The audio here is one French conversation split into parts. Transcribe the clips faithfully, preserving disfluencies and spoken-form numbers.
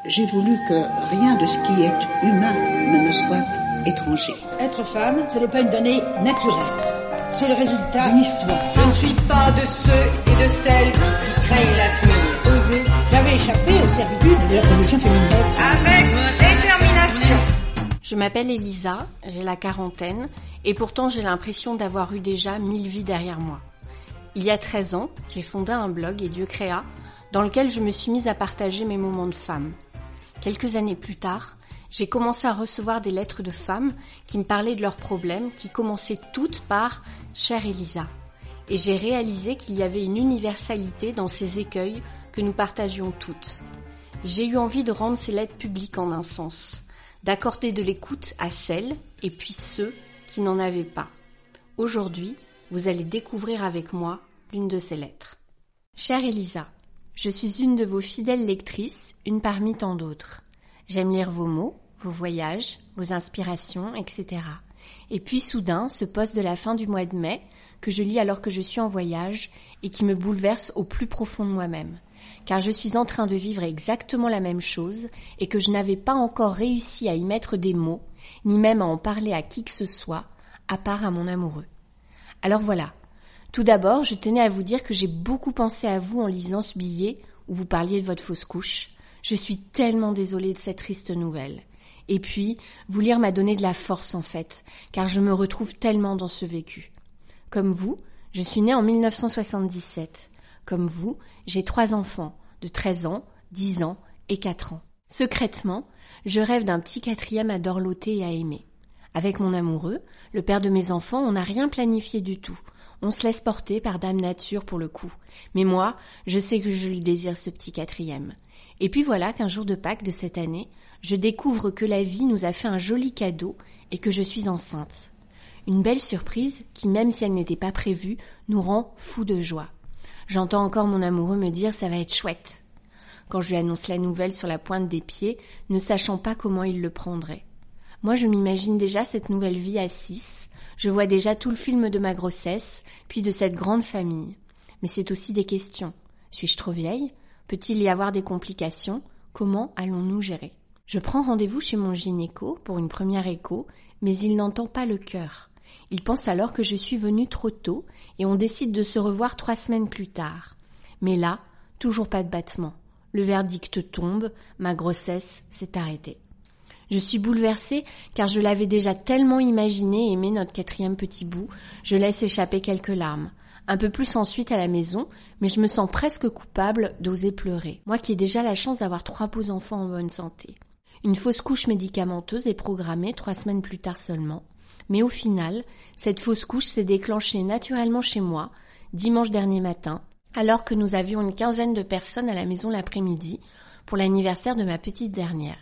J'ai voulu que rien de ce qui est humain ne me soit étranger. Être femme, ce n'est pas une donnée naturelle. C'est le résultat d'une histoire. Je ne suis pas de ceux et de celles qui craignent l'avenir. Oser. J'avais échappé aux servitudes de la condition féminine. Avec détermination. Je m'appelle Elisa, j'ai la quarantaine, et pourtant j'ai l'impression d'avoir eu déjà mille vies derrière moi. Il y a treize ans, j'ai fondé un blog, Et Dieu créa, dans lequel je me suis mise à partager mes moments de femme. Quelques années plus tard, j'ai commencé à recevoir des lettres de femmes qui me parlaient de leurs problèmes, qui commençaient toutes par « Chère Elisa ». Et j'ai réalisé qu'il y avait une universalité dans ces écueils que nous partagions toutes. J'ai eu envie de rendre ces lettres publiques en un sens, d'accorder de l'écoute à celles et puis ceux qui n'en avaient pas. Aujourd'hui, vous allez découvrir avec moi l'une de ces lettres. Chère Elisa, je suis une de vos fidèles lectrices, une parmi tant d'autres. J'aime lire vos mots, vos voyages, vos inspirations, et cetera. Et puis soudain, ce post de la fin du mois de mai, que je lis alors que je suis en voyage et qui me bouleverse au plus profond de moi-même. Car je suis en train de vivre exactement la même chose et que je n'avais pas encore réussi à y mettre des mots, ni même à en parler à qui que ce soit, à part à mon amoureux. Alors voilà. Tout d'abord, je tenais à vous dire que j'ai beaucoup pensé à vous en lisant ce billet où vous parliez de votre fausse couche. Je suis tellement désolée de cette triste nouvelle. Et puis, vous lire m'a donné de la force en fait, car je me retrouve tellement dans ce vécu. Comme vous, je suis née en mille neuf cent soixante-dix-sept. Comme vous, j'ai trois enfants, de treize ans, dix ans et quatre ans. Secrètement, je rêve d'un petit quatrième à dorloter et à aimer. Avec mon amoureux, le père de mes enfants, on n'a rien planifié du tout. On se laisse porter par Dame Nature pour le coup. Mais moi, je sais que je lui désire ce petit quatrième. Et puis voilà qu'un jour de Pâques de cette année, je découvre que la vie nous a fait un joli cadeau et que je suis enceinte. Une belle surprise qui, même si elle n'était pas prévue, nous rend fous de joie. J'entends encore mon amoureux me dire « ça va être chouette » quand je lui annonce la nouvelle sur la pointe des pieds, ne sachant pas comment il le prendrait. Moi, je m'imagine déjà cette nouvelle vie à six. Je vois déjà tout le film de ma grossesse, puis de cette grande famille. Mais c'est aussi des questions. Suis-je trop vieille ? Peut-il y avoir des complications ? Comment allons-nous gérer ? Je prends rendez-vous chez mon gynéco pour une première écho, mais il n'entend pas le cœur. Il pense alors que je suis venue trop tôt et on décide de se revoir trois semaines plus tard. Mais là, toujours pas de battement. Le verdict tombe, ma grossesse s'est arrêtée. Je suis bouleversée car je l'avais déjà tellement imaginé aimer notre quatrième petit bout, je laisse échapper quelques larmes. Un peu plus ensuite à la maison, mais je me sens presque coupable d'oser pleurer. Moi qui ai déjà la chance d'avoir trois beaux enfants en bonne santé. Une fausse couche médicamenteuse est programmée trois semaines plus tard seulement. Mais au final, cette fausse couche s'est déclenchée naturellement chez moi, dimanche dernier matin, alors que nous avions une quinzaine de personnes à la maison l'après-midi pour l'anniversaire de ma petite dernière.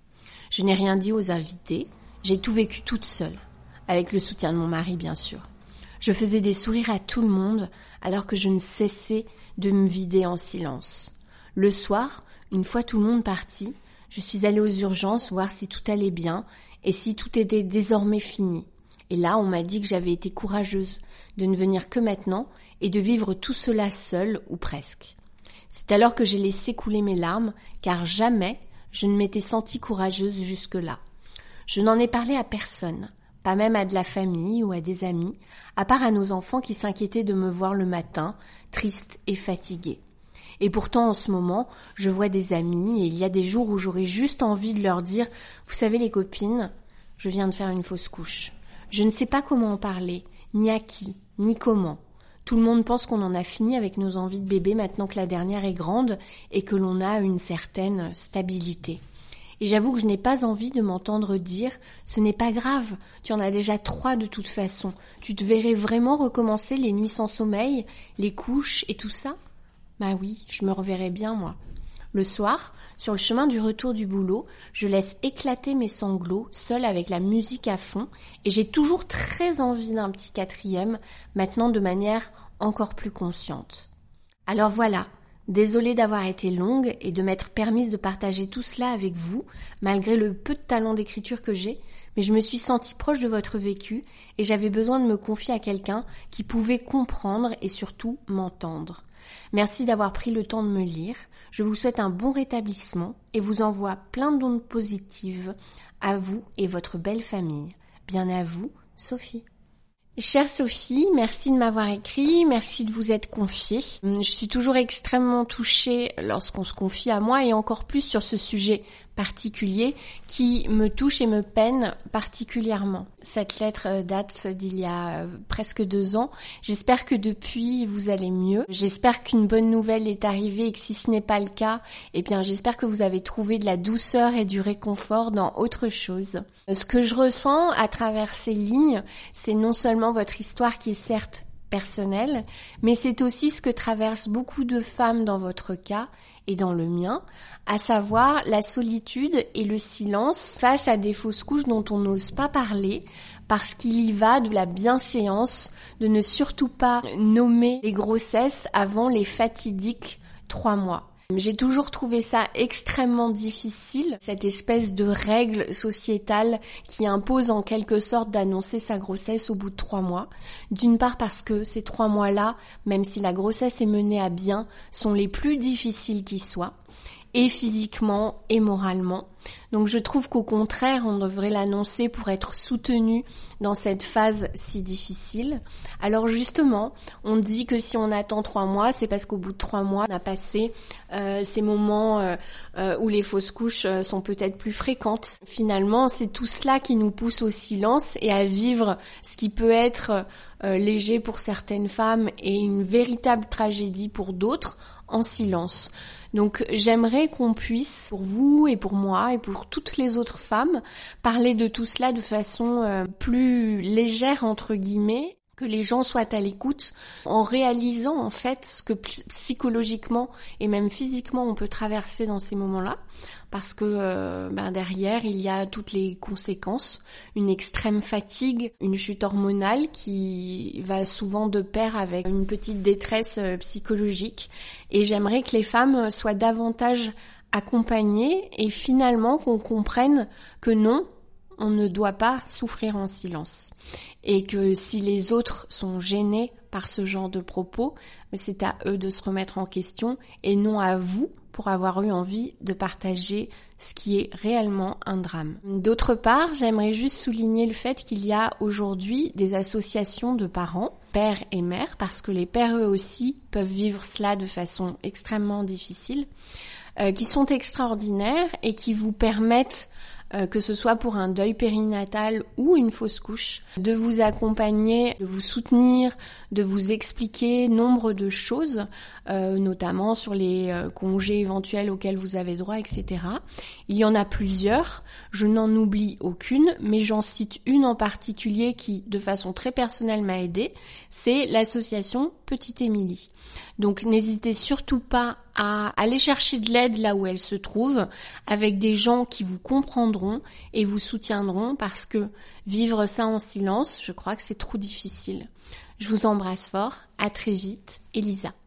Je n'ai rien dit aux invités, j'ai tout vécu toute seule, avec le soutien de mon mari bien sûr. Je faisais des sourires à tout le monde alors que je ne cessais de me vider en silence. Le soir, une fois tout le monde parti, je suis allée aux urgences voir si tout allait bien et si tout était désormais fini. Et là, on m'a dit que j'avais été courageuse de ne venir que maintenant et de vivre tout cela seule ou presque. C'est alors que j'ai laissé couler mes larmes car jamais je ne m'étais sentie courageuse jusque-là. Je n'en ai parlé à personne, pas même à de la famille ou à des amis, à part à nos enfants qui s'inquiétaient de me voir le matin, triste et fatiguée. Et pourtant, en ce moment, je vois des amis et il y a des jours où j'aurais juste envie de leur dire « Vous savez les copines, je viens de faire une fausse couche. Je ne sais pas comment en parler, ni à qui, ni comment. Tout le monde pense qu'on en a fini avec nos envies de bébé maintenant que la dernière est grande et que l'on a une certaine stabilité. Et j'avoue que je n'ai pas envie de m'entendre dire « Ce n'est pas grave, tu en as déjà trois de toute façon. Tu te verrais vraiment recommencer les nuits sans sommeil, les couches et tout ça ?» Bah oui, je me reverrais bien moi. Le soir, sur le chemin du retour du boulot, je laisse éclater mes sanglots, seule avec la musique à fond, et j'ai toujours très envie d'un petit quatrième, maintenant de manière encore plus consciente. Alors voilà, désolée d'avoir été longue et de m'être permise de partager tout cela avec vous, malgré le peu de talent d'écriture que j'ai, mais je me suis sentie proche de votre vécu et j'avais besoin de me confier à quelqu'un qui pouvait comprendre et surtout m'entendre. Merci d'avoir pris le temps de me lire. Je vous souhaite un bon rétablissement et vous envoie plein d'ondes positives à vous et votre belle famille. Bien à vous, Sophie. Chère Sophie, merci de m'avoir écrit, merci de vous être confiée. Je suis toujours extrêmement touchée lorsqu'on se confie à moi et encore plus sur ce sujet particulier qui me touche et me peine particulièrement. Cette lettre date d'il y a presque deux ans. J'espère que depuis vous allez mieux. J'espère qu'une bonne nouvelle est arrivée et que si ce n'est pas le cas, eh bien j'espère que vous avez trouvé de la douceur et du réconfort dans autre chose. Ce que je ressens à travers ces lignes, c'est non seulement votre histoire qui est certes personnelle, mais c'est aussi ce que traversent beaucoup de femmes dans votre cas et dans le mien, à savoir la solitude et le silence face à des fausses couches dont on n'ose pas parler, parce qu'il y va de la bienséance de ne surtout pas nommer les grossesses avant les fatidiques trois mois. J'ai toujours trouvé ça extrêmement difficile, cette espèce de règle sociétale qui impose en quelque sorte d'annoncer sa grossesse au bout de trois mois. D'une part parce que ces trois mois-là, même si la grossesse est menée à bien, sont les plus difficiles qui soient, et physiquement et moralement. Donc je trouve qu'au contraire, on devrait l'annoncer pour être soutenu dans cette phase si difficile. Alors justement, on dit que si on attend trois mois, c'est parce qu'au bout de trois mois, on a passé euh, ces moments euh, euh, où les fausses couches euh, sont peut-être plus fréquentes. Finalement, c'est tout cela qui nous pousse au silence et à vivre ce qui peut être euh, léger pour certaines femmes et une véritable tragédie pour d'autres en silence. Donc j'aimerais qu'on puisse, pour vous et pour moi et pour toutes les autres femmes, parler de tout cela de façon euh, plus légère entre guillemets, que les gens soient à l'écoute en réalisant en fait ce que psychologiquement et même physiquement on peut traverser dans ces moments-là, parce que euh, ben derrière il y a toutes les conséquences, une extrême fatigue, une chute hormonale qui va souvent de pair avec une petite détresse euh, psychologique, et j'aimerais que les femmes soient davantage accompagnées et finalement qu'on comprenne que non, on ne doit pas souffrir en silence. Et que si les autres sont gênés par ce genre de propos, c'est à eux de se remettre en question et non à vous pour avoir eu envie de partager ce qui est réellement un drame. D'autre part, j'aimerais juste souligner le fait qu'il y a aujourd'hui des associations de parents, pères et mères, parce que les pères eux aussi peuvent vivre cela de façon extrêmement difficile, euh, qui sont extraordinaires et qui vous permettent Euh, que ce soit pour un deuil périnatal ou une fausse couche, de vous accompagner, de vous soutenir, de vous expliquer nombre de choses, euh, notamment sur les euh, congés éventuels auxquels vous avez droit, et cetera. Il y en a plusieurs, je n'en oublie aucune, mais j'en cite une en particulier qui, de façon très personnelle, m'a aidée, c'est l'association Petite Émilie. Donc n'hésitez surtout pas à aller chercher de l'aide là où elle se trouve, avec des gens qui vous comprendront et vous soutiendront, parce que vivre ça en silence, je crois que c'est trop difficile. Je vous embrasse fort, à très vite, Elisa.